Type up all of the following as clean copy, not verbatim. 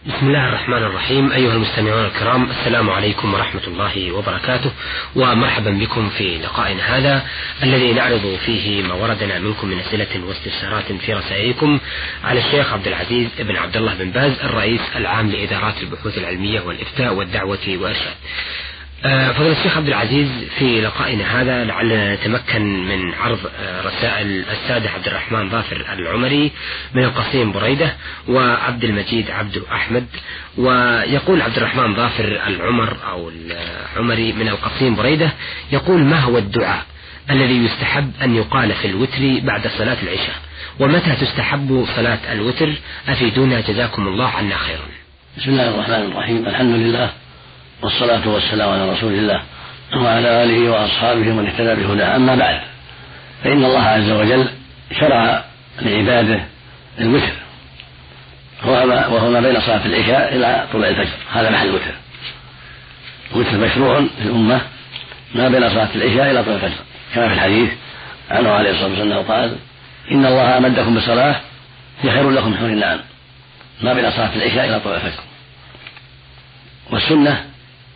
بسم الله الرحمن الرحيم. أيها المستمعون الكرام، السلام عليكم ورحمة الله وبركاته، ومرحبا بكم في لقائنا هذا الذي نعرض فيه ما وردنا منكم من أسئلة واستفسارات في رسائلكم على الشيخ عبد العزيز بن عبد الله بن باز، الرئيس العام لإدارات البحوث العلمية والإفتاء والدعوة والإرشاد. فضل الشيخ عبد العزيز، في لقائنا هذا لعلنا نتمكن من عرض رسائل السادة عبد الرحمن ظافر العمري من القصيم بريدة وعبد المجيد عبد أحمد. ويقول عبد الرحمن ظافر العمر أو العمري من القصيم بريدة، يقول: ما هو الدعاء الذي يستحب أن يقال في الوتر بعد صلاة العشاء؟ ومتى تستحب صلاة الوتر؟ أفيدونا جزاكم الله عنا خيرا. بسم الله الرحمن الرحيم. الحمد لله والصلاة والسلام على رسول الله وعلى آله وأصحابه ومن اهتدى بهداه. أما بعد، فإن الله عز وجل شرع لعباده الوتر، وهو ما بين صلاة العشاء إلى طلوع الفجر، هذا محل الوتر. الوتر مشروع في الأمة ما بين صلاة العشاء إلى طلوع الفجر، كما في الحديث عنه عليه الصلاة والسلام قال: إن الله أمدكم بصلاة هي خير لكم من حمر النعم، ما بين صلاة العشاء إلى طلوع الفجر. والسنة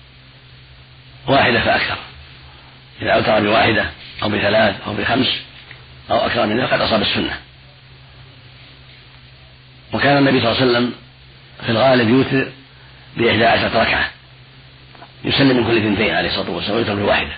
واحدة فأكثر، إذا أوتر بواحدة أو بثلاث أو بخمس أو أكثر من ذلك قد أصاب السنة. وكان النبي صلى الله عليه وسلم في الغالب يوتر ب11 ركعة، يسلم من كل 2 عليه الصلاة والسلام، ويوتر بواحدة.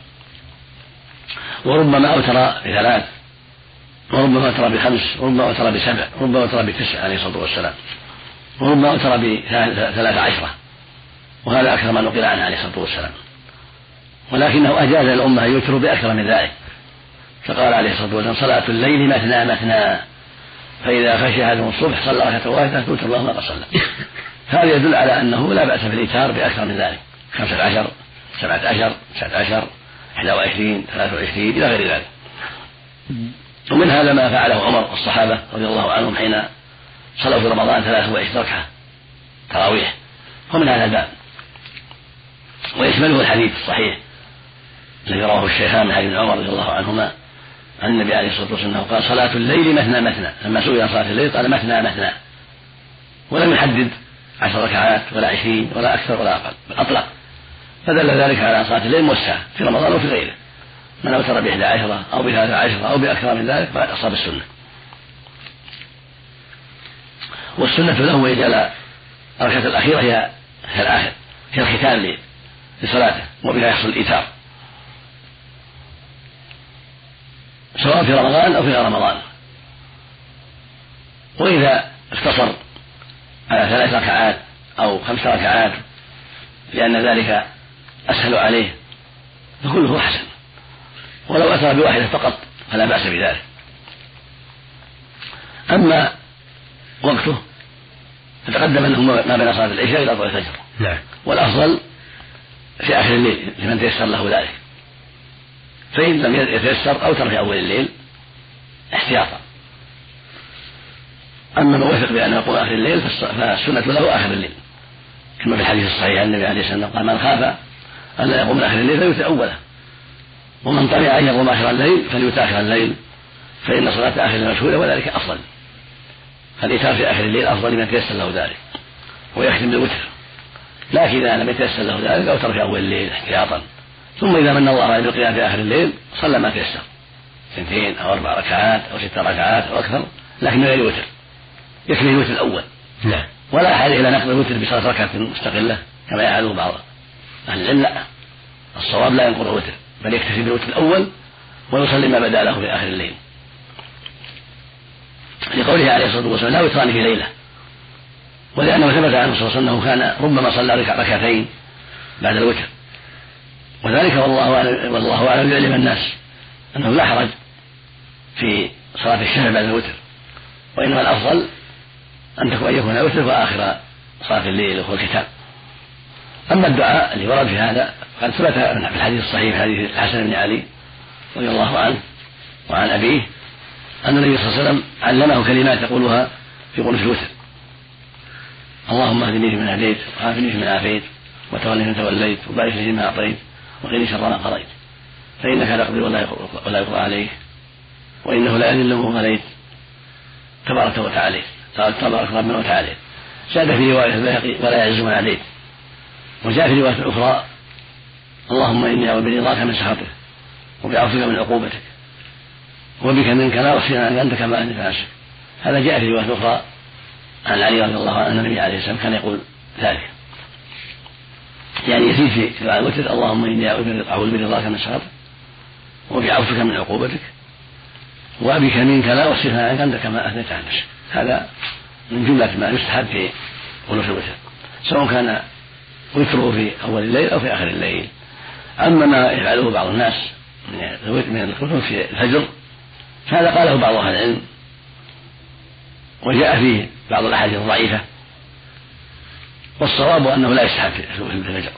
وربما أوتر ب3، وربما أوتر ب5، وربما أوتر ب7، وربما أوتر ب9 عليه الصلاة والسلام، وربما أوتر ب13، وهذا أكثر ما نقل عنه عليه الصلاة والسلام. ولكنه أجاز الأمة أن يوتروا بأكثر من ذلك، فقال عليه الصلاة والسلام: صلاة الليل مثنى مثنى، فإذا خشي أحدهم الصبح صلى ركعة واحدة توتر الله ما قد صلى. هذا يدل على أنه لا بأس بالإيتار بأكثر من ذلك، 15 17 19 21 23 إلى غير ذلك. ومن هذا ما فعله عمر والصحابة رضي الله عنهم حين صلوا في رمضان 23 ركعة تراويح، ومن هذا الباب. ويشمله الحديث الصحيح الذي رواه الشيخان من حديث عمر رضي الله عنهما عن النبي عليه الصلاة والسلام قال: صلاة الليل مثنى مثنى. لما سئل عن صلاة الليل قال: مثنى مثنى، ولم يحدد 10 ركعات ولا 20 ولا أكثر ولا أقل، بل أطلق. فدل ذلك على صلاة الليل موسعة في رمضان وفي غيره. من أوتر ب11 أو ب13 أو بأكثر من ذلك فقد أصاب السنة. والسنة له يجعل الركعة الأخيرة هي الآخر، هي الختام لصلاته، وبها يحصل الإيتار سواء في رمضان أو في غير رمضان. وإذا اقتصر على 3 ركعات أو 5 ركعات لأن ذلك أسهل عليه فكله حسن، ولو أتى بواحدة فقط فلا بأس بذلك. أما وقته فتقدم أنه ما بين صلاة العشاء إلى طلوع الفجر، والأفضل في آخر الليل لمن تيسر له ذلك، فإن لم يتيسر أوتر في أول الليل احتياطا. أما من وثق بأن يقوم آخر الليل فالسنة له آخر الليل، كما في الحديث الصحيح النبي عليه الصلاة والسلام قال: من خاف أن لا يقوم آخر الليل فليوتر أوله، ومن طمع أن يقوم آخر الليل فليوتر آخر الليل، فإن صلاة آخر الليل مشهودة وذلك أفضل. فالإيتار في آخر الليل أفضل لمن تيسر له ذلك، ويختم بالوتر. لكن إذا لم يتيسر له ذلك أوتر في أول الليل احتياطا، ثم إذا من الله عليه بالقيام في آخر الليل صلى ما تيسر، 2 أو 4 ركعات أو 6 ركعات أو أكثر، لكن من غير وتر، يكفي الوتر الأول. ولا حاجة إلى نقل الوتر بصلاة ركعة مستقلة كما يفعله بعض أهل العلم. لا، الصواب لا ينقل الوتر، بل يكتفي بالوتر الأول ويصلي ما بدا له في آخر الليل، لقوله عليه الصلاة والسلام: لا وتران في ليلة. ولأنه ثبت عنه صلى الله عليه وسلم أنه كان ربما صلى ركعتين بعد الوتر، وذلك والله أعلم يعلم الناس أنه لا حرج في صلاة الشفع بعد الوتر، وإنما الأفضل أن يكون الوتر وآخر صلاة الليل وهو الختام. أما الدعاء اللي ورد في هذا قد ثبت في الحديث الصحيح في حديث الحسن بن علي رضي الله عنه وعن أبيه أن النبي صلى الله عليه وسلم علمه كلمات يقولها في قنوت الوتر: اللهم اهدني فيمن هديت، وعافني فيمن عافيت، وتولني فيمن توليت، وبارك لي فيما أعطيت، وقني شر ما قضيت، فإنك لا تقضي ولا يقضى عليك، وإنه لا يذل من واليت، تبارك ربنا وتعالى. زاد في رواية البيهقي ولا يعز من عليك. وجاء في رواية أخرى اللهم إني أعوذ برضاك من سخطك وبعفوك من عقوبتك وبك منك لا أحصي عنك أنت كما أنت نفسك. هذا جاء في رواية أخرى عن علي رضي الله عنه أن النبي عليه السلام كان يقول ذلك. يعني يزيد في دعاء الوتر اللهم إني أعوذ برضاك من سخطك وبعفوك من عقوبتك وبك منك لا أحصي عنك أنت كما أثنيت عن نفسك. هذا من جملة ما يستحب في قنوت الوتر سواء كان وتره في أول الليل أو في آخر الليل. أما ما يفعله بعض الناس من القنوت في الفجر فهذا قاله بعض أهل العلم وجاء فيه بعض الأحاديث الضعيفة، والصواب أنه لا يستحب في الفجر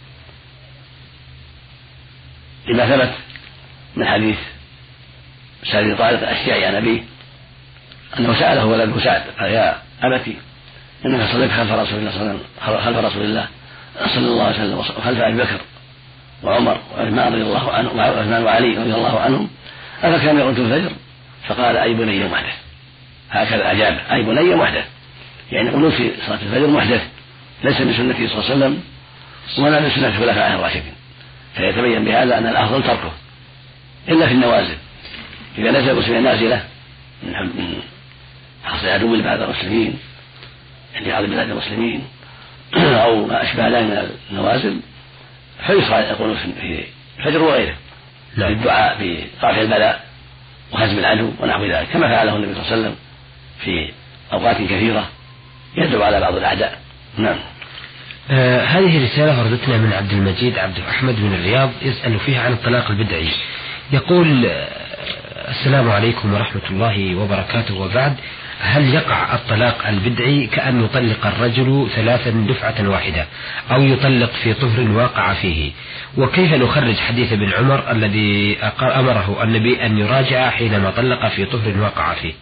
لما ثبت من حديث سعد بن طارق الأشجعي عن أبيه أنه سأله ولده سعد قال يا أبتي إنك صليت خلف رسول الله صلى الله عليه وسلم وخلف أبي بكر وعمر وعثمان رضي الله عنه وعثمان وعلي رضي الله عنهم أفكان يقنت الفجر؟ فقال أي بني محدث. هكذا أجاب أي بني محدث، يعني قنوت في صلاة الفجر محدث ليس من سنته صلى الله عليه وسلم ولا من سنة الخلفاء الراشدين، فيتبين بهذا أن الأفضل تركه إلا في النوازل. إذا نزل المسلمين نازلة من حصل عدو لبعض المسلمين يعني بعض بلاد المسلمين أو ما أشبه ذلك من النوازل فيشرع القنوت في الفجر وغيره للدعاء برفع البلاء وهزم العدو ونحو ذلك، كما فعله النبي صلى الله عليه وسلم في أوقات كثيرة يدعو على بعض الأعداء. نعم. هذه رسالة وردتنا من عبد المجيد عبد أحمد من الرياض يسأل فيها عن الطلاق البدعي. يقول السلام عليكم ورحمة الله وبركاته، وبعد، هل يقع الطلاق البدعي كأن يطلق الرجل 3 دفعة واحدة أو يطلق في طهر واقع فيه؟ وكيف نخرج حديث ابن عمر الذي أمره النبي أن يراجع حينما طلق في طهر واقع فيه؟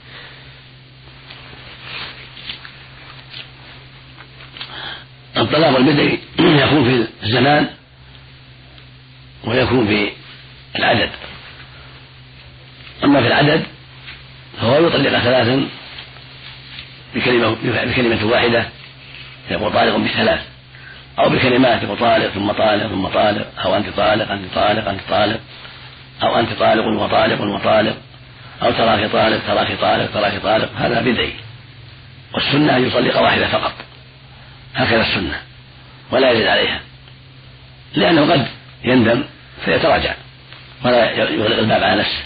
الطلاق البدعي يكون في الزمان ويكون في العدد. أما في العدد فهو يطلق 3 بكلمة واحدة يقول طالق ب3 أو بكلمات يقول طالق ثم طالق ثم طالق أو أنت طالق أنت طالق أنت طالق أو أنت طالق وطالق وطالق أو تراك طالق تراك طالق تراك طالق. هذا بدعي، والسنة أن يطلق واحدة فقط، هكذا السنة ولا يزيد عليها، لأنه قد يندم فيتراجع ولا يغلق الباب على نفسه،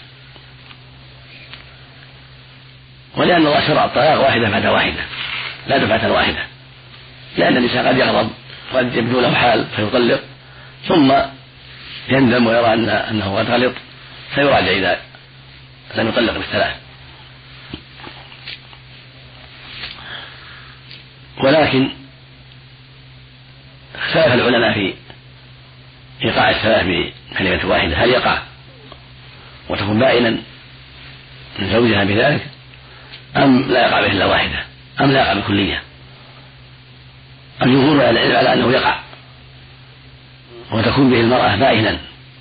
ولأن الله شرع الطلاق واحدة بعد واحدة لا دفعة واحدة، لأن الإنسان قد يغضب قد يبدو له حال فيطلق ثم يندم ويرى أنه قد غلط فيراجع إذا لم يطلق ب3. ولكن اختلف العلماء في إيقاع 3 بكلمة واحدة، هل يقع وتكون بائنا من زوجها بذلك أم لا يقع به إلا واحدة أم لا يقع بكلية؟ الجمهور العلم على أنه يقع وتكون به المرأة بائنا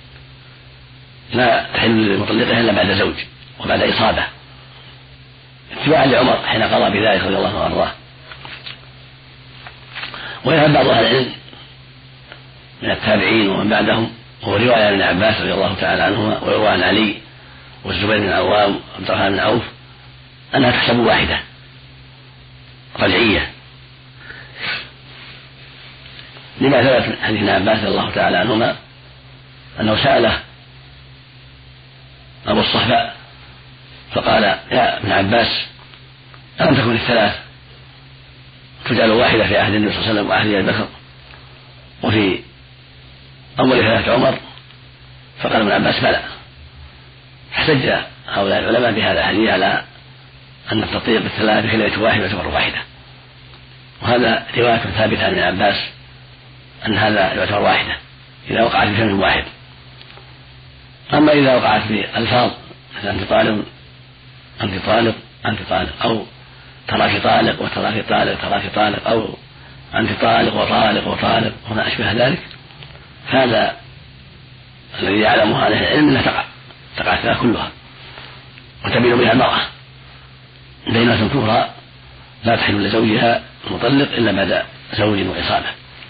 لا تحل لمطلقها إلا بعد زوج وبعد إصابة، اتباعا لعمر حين قضى بذلك رضي الله عنه وأرضاه. ويذهب بعض أهل العلم من التابعين ومن بعدهم وهو رواية عن ابن عباس رضي الله تعالى عنهما ويروى عن علي والزبير بن العوام وعبد الرحمن بن عوف أنها تحسب واحدة رجعية، لما ثبت من حديث ابن عباس رضي الله تعالى عنهما أنه سأله أبو الصهباء فقال يا ابن عباس ألم تكن 3 تجعل واحدة في عهد النبي صلى الله عليه وسلم وعهد أبي بكر وفي أول 3 عمر؟ فقال ابن عباس بلى. احتج هؤلاء العلماء بهذا الحديث على أن التطبيق ب3 بكلمة واحدة يعتبر واحدة، وهذا رواية ثابتة عن ابن عباس أن هذا يعتبر واحدة إذا وقعت بكلمة واحد. أما إذا وقعت بألفاظ مثل أنت طالق أنت طالق أنت طالق أو تراك طالق وتراك طالق تراك طالق أو أنت طالق وطالق وطالق وما أشبه ذلك، هذا الذي يعلمه أهل العلم أنها تقع 3 كلها وتبين بها المرأة بينة كبرى لا تحل لزوجها المطلق إلا بعد زوج وإصابة.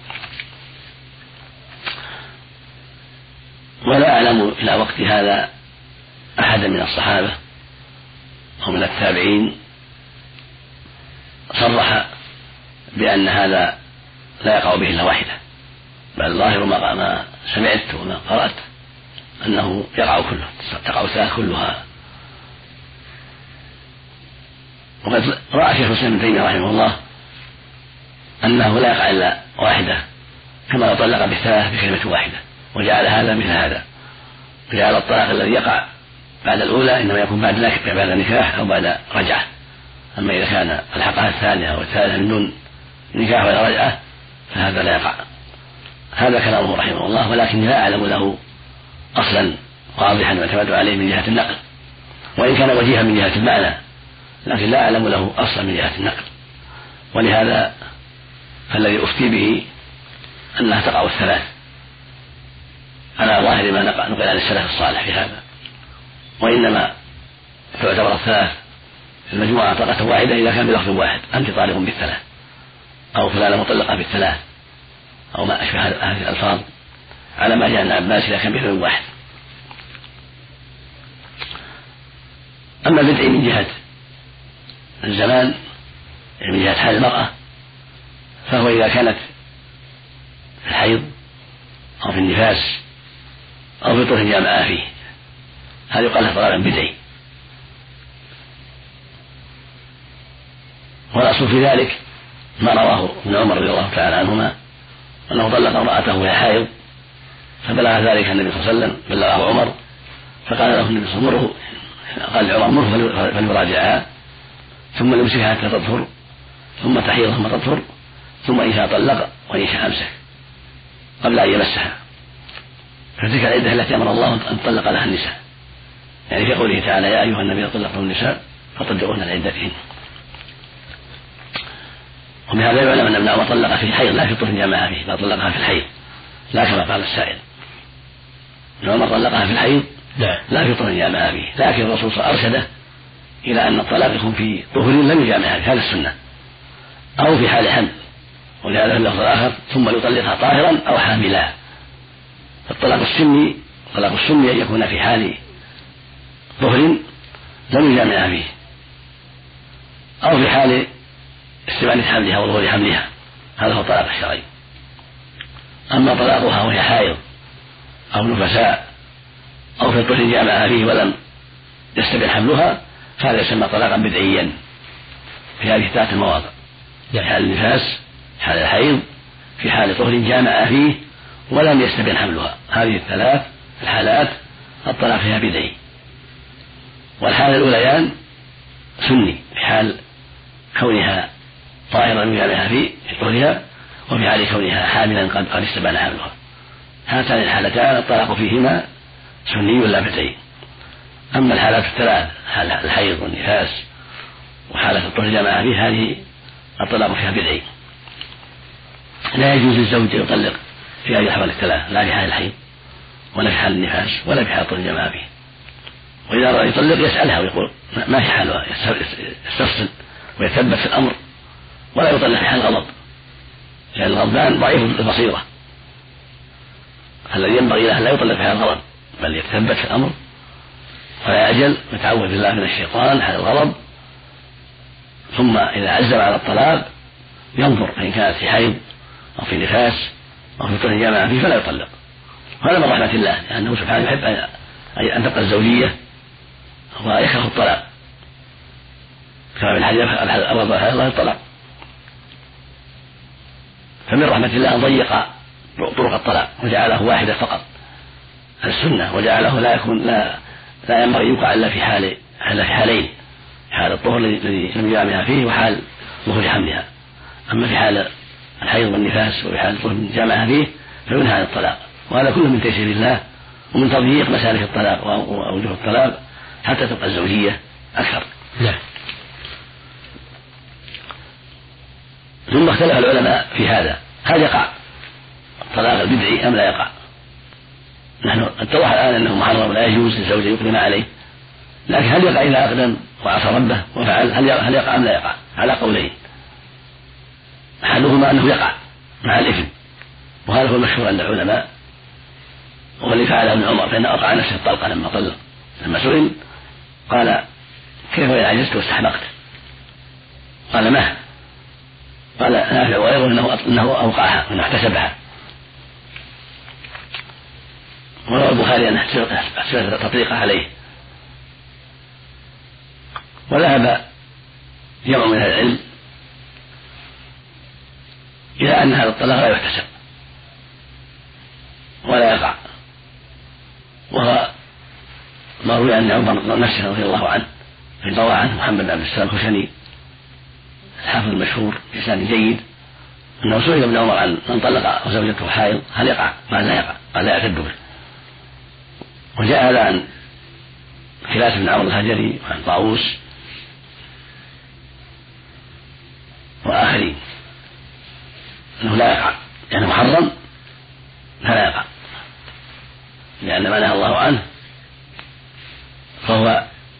ولا أعلم إلى وقت هذا أحدا من الصحابة أو من التابعين صرح بأن هذا لا يقع به إلا واحدة، بل ظاهر ما سمعت وما قرأت أنه يقع كله، تقع الثلاث كلها. وقد رأى شيخ الإسلام ابن تيمية رحمه الله أنه لا يقع إلا واحدة، كما لو طلق بالثلاث بكلمة واحدة، وجعل هذا مثل هذا، وجعل الطلاق الذي يقع بعد الأولى إنما يكون بعد نكاح أو بعد رجعة. أما إذا كان الحقها الثانية أو الثالثة من دون نكاح ولا رجعة فهذا لا يقع. هذا كلامه رحمه الله، ولكن لا أعلم له أصلا واضحا يعتمد عليه من جهة النقل، وإن كان وجيها من جهة المعنى، لكن لا أعلم له أصلا من جهة النقل. ولهذا فالذي أفتي به أنها تقع الثلاث على ظاهر ما نقل عن السلف الصالح في هذا، وإنما تعتبر الثلاث في المجموعة طلقة واحدة إذا كان بلفظ واحد: أنت طالق بالثلاث، أو فلانة مطلقة بالثلاث، أو ما أشبه هذه الألفاظ، على ما جاء عن عباس إذا كان بلفظ واحد. أما البدع من جهة الزمان من جهة حال المرأة فهو إذا كانت في الحيض أو في النفاس أو في طهر جامعة فيه، هذا يقال له طلاق بدعي. والأصل في ذلك ما رواه ابن عمر رضي الله تعالى عنهما أنه طلق امرأته وهي حائض، فبلغ ذلك النبي صلى الله عليه وسلم، بلغه عمر، فقال له النبي صلى الله عليه وسلم: قال لعمر: مره فليراجعها، ثم يمسكها حتى تطهر، ثم تحيض ثم تطهر، ثم إن شاء طلق وإن شاء أمسك قبل أن يمسها. فتلك العدة التي أمر الله أن تطلق لها النساء، يعني في قوله تعالى: يا أيها النبي طلقتم النساء فطلقوهن لعدتهن. وبهذا يعلم أن ابن عمر طلق في الحيض لا في طهر جامعة فيه، بل طلقها في الحيض، لا كما قال السائل. ابن عمر طلقها في الحيض لا في طهر جامعة فيه، لكن الرسول صلى الله عليه وسلم أرشده إلى أن الطلاق يكون في طهر لم يجامعها في هذا السنة، أو في حال حمل، ولهذا في اللفظ الآخر: ثم يطلقها طاهرا أو حاملا. فالطلاق السني أن يكون في حال طهر لم يجامعها فيه، أو في حال استبانة حملها وظهور حملها، هذا هو الطلاق الشرعي. أما طلاقها وهي حائض أو نفساء أو في الطهر جامعها فيه ولم يستبن حملها فهذا يسمى طلاقا بدعيا في هذه الثلاث المواضع: في حال النفاس، حال الحيض، في حال طهر جامع فيه ولم يستبن حملها. هذه الثلاث الحالات الطلاق فيها بدعي. والحالة الأوليان سني في حال كونها طاهرا جامعها في طهرها، وفي حال كونها حاملا قد استبان حملها. هاتان الحالتان الطلاق فيهما سني لا بدعي. أما الحالات الثلاث: حال الحيض والنفاس وحالة الطهر جامعها فيه، هذه الطلاق فيها بدعي. لا يجوز للزوج أن يطلق في هذه الأحوال الثلاث، لا في حال الحيض ولا في حال النفاس ولا في حال الطهر جامعها فيه. وإذا أراد يطلق يسألها ويقول ما في حالها، يستفصل ويثبت في الأمر، ولا يطلق في حال الغضب، لأن الغضبان ضعيف البصيرة، الذي ينبغي له لا يطلق في حال الغضب، بل يتثبت في الأمر ولا يعجل ويتعوذ بالله من الشيطان حال الغضب، ثم إذا عزم على الطلاق ينظر فإن كانت في حيض أو في نفاس أو في طهر جامعة فيه فلا يطلق. هذا من رحمة الله، لأنه سبحانه يحب أن تبقى الزوجية ويكره الطلاق، كما في الحديث: أراد الله الطلاق. فمن رحمة الله أن ضيق طرق الطلاق وجعله واحدة فقط السنة، وجعله لا ينبغي يوقع إلا في حالين: حال الطهر الذي لم يجامعها فيه وحال ظهور حملها. أما في حال الحيض والنفاس وفي حال الطهر جامعها فيه فينهى عن الطلاق. وهذا كله من تيسير الله ومن تضييق مسالك الطلاق وأوجه الطلاق حتى تبقى الزوجية أكثر. ثم اختلف العلماء في هذا: هل يقع الطلاق البدعي أم لا يقع؟ نحن اتضح الآن أنه محرم لا يجوز للزوج يقدم عليه، لكن هل يقع إذا أقدم وعصى ربه وفعل؟ هل يقع أم لا يقع؟ على قولين: أحدهما أنه يقع مع الإثم، وهذا هو المشهور عند العلماء، والذي فعله ابن عمر فإنه أوقع نفسه الطلقة لما طلق. لما سئل قال: كيف إذا عجزت واستحمقت؟ قال: ما؟ قال نافع وغيره انه اوقعها وانه احتسبها. وروى البخاري ان احتسب تطليقه عليه. وذهب جمع من اهل العلم الى ان هذا الطلاق لا يحتسب ولا يقع، وهو ما روي عن عمر نفسه رضي الله عنه في روى عنه محمد بن عبد السلام الخشني الحافظ المشهور بإسناد جيد أنه سئل ابن عمر عن من طلق وزوجته حائض هل يقع؟ قال: لا يقع، قال: لا يعتد به. وجاء هذا عن خلاف بن عمرو الهجري وعن طاووس وآخرين أنه لا يقع، يعني محرم فلا يقع، لأن ما نهى الله عنه فهو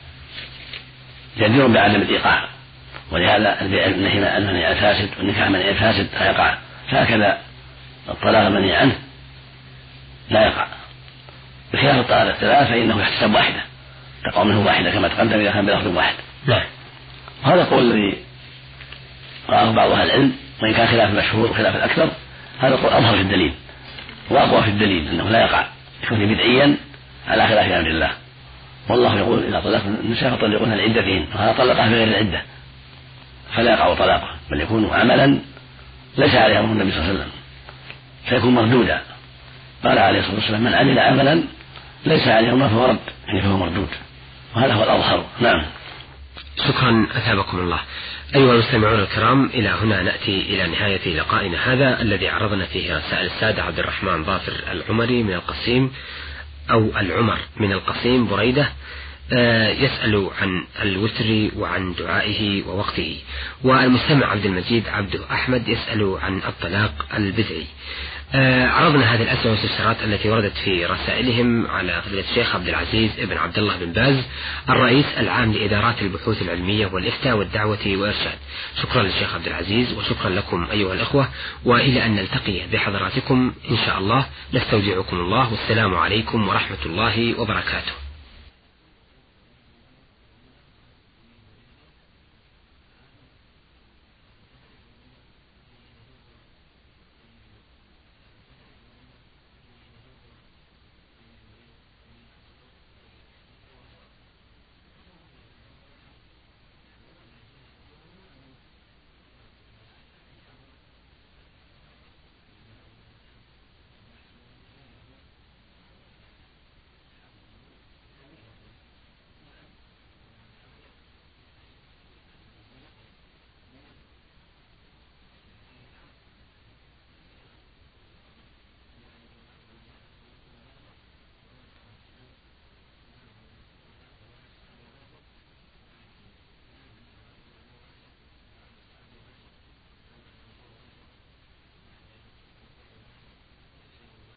جدير بعدم الإيقاع، ولهذا المنع الفاسد والنكاح منع الفاسد لا يقع، فهكذا الطلاق المنهي عنه لا يقع، بخلاف الطلاق الثلاث فإنه يحتسب واحدة، تقع منه واحدة كما تقدم إذا كان بلفظ واحد. وهذا القول الذي رآه بعض أهل العلم، وإن كان خلاف المشهور وخلاف الأكثر، هذا القول أظهر في الدليل وأقوى في الدليل أنه لا يقع، يكون بدعيا على خلاف أمر الله. والله يقول: إذا طلقتم النساء فطلقوهن لعدتهن، وهذا طلقها بغير العدة فلا يقع طلاقه، بل يكون عملا ليس عليه امر النبي صلى الله عليه وسلم فيكون مردودا. قال عليه الصلاه والسلام: من عمل عملا ليس عليه امر فهو رد، يعني فهو مردود، وهذا هو الاظهر. نعم. شكرا أثابكم الله. أيها المستمعون الكرام، إلى هنا نأتي إلى نهاية لقائنا هذا الذي عرضنا فيه رسائل السادة عبد الرحمن ظافر العمري من القصيم أو العمر من القصيم بريدة، يسأل عن الوتر وعن دعائه ووقته، والمستمع عبد المجيد عبد أحمد يسأل عن الطلاق البدعي. عرضنا هذه الأسئلة والاستفسارات التي وردت في رسائلهم على فضيلة الشيخ عبد العزيز ابن عبد الله بن باز الرئيس العام لإدارات البحوث العلمية والإفتاء والدعوة والإرشاد. شكرا للشيخ عبد العزيز وشكرا لكم أيها الأخوة، وإلى أن نلتقي بحضراتكم إن شاء الله نستودعكم الله، والسلام عليكم ورحمة الله وبركاته.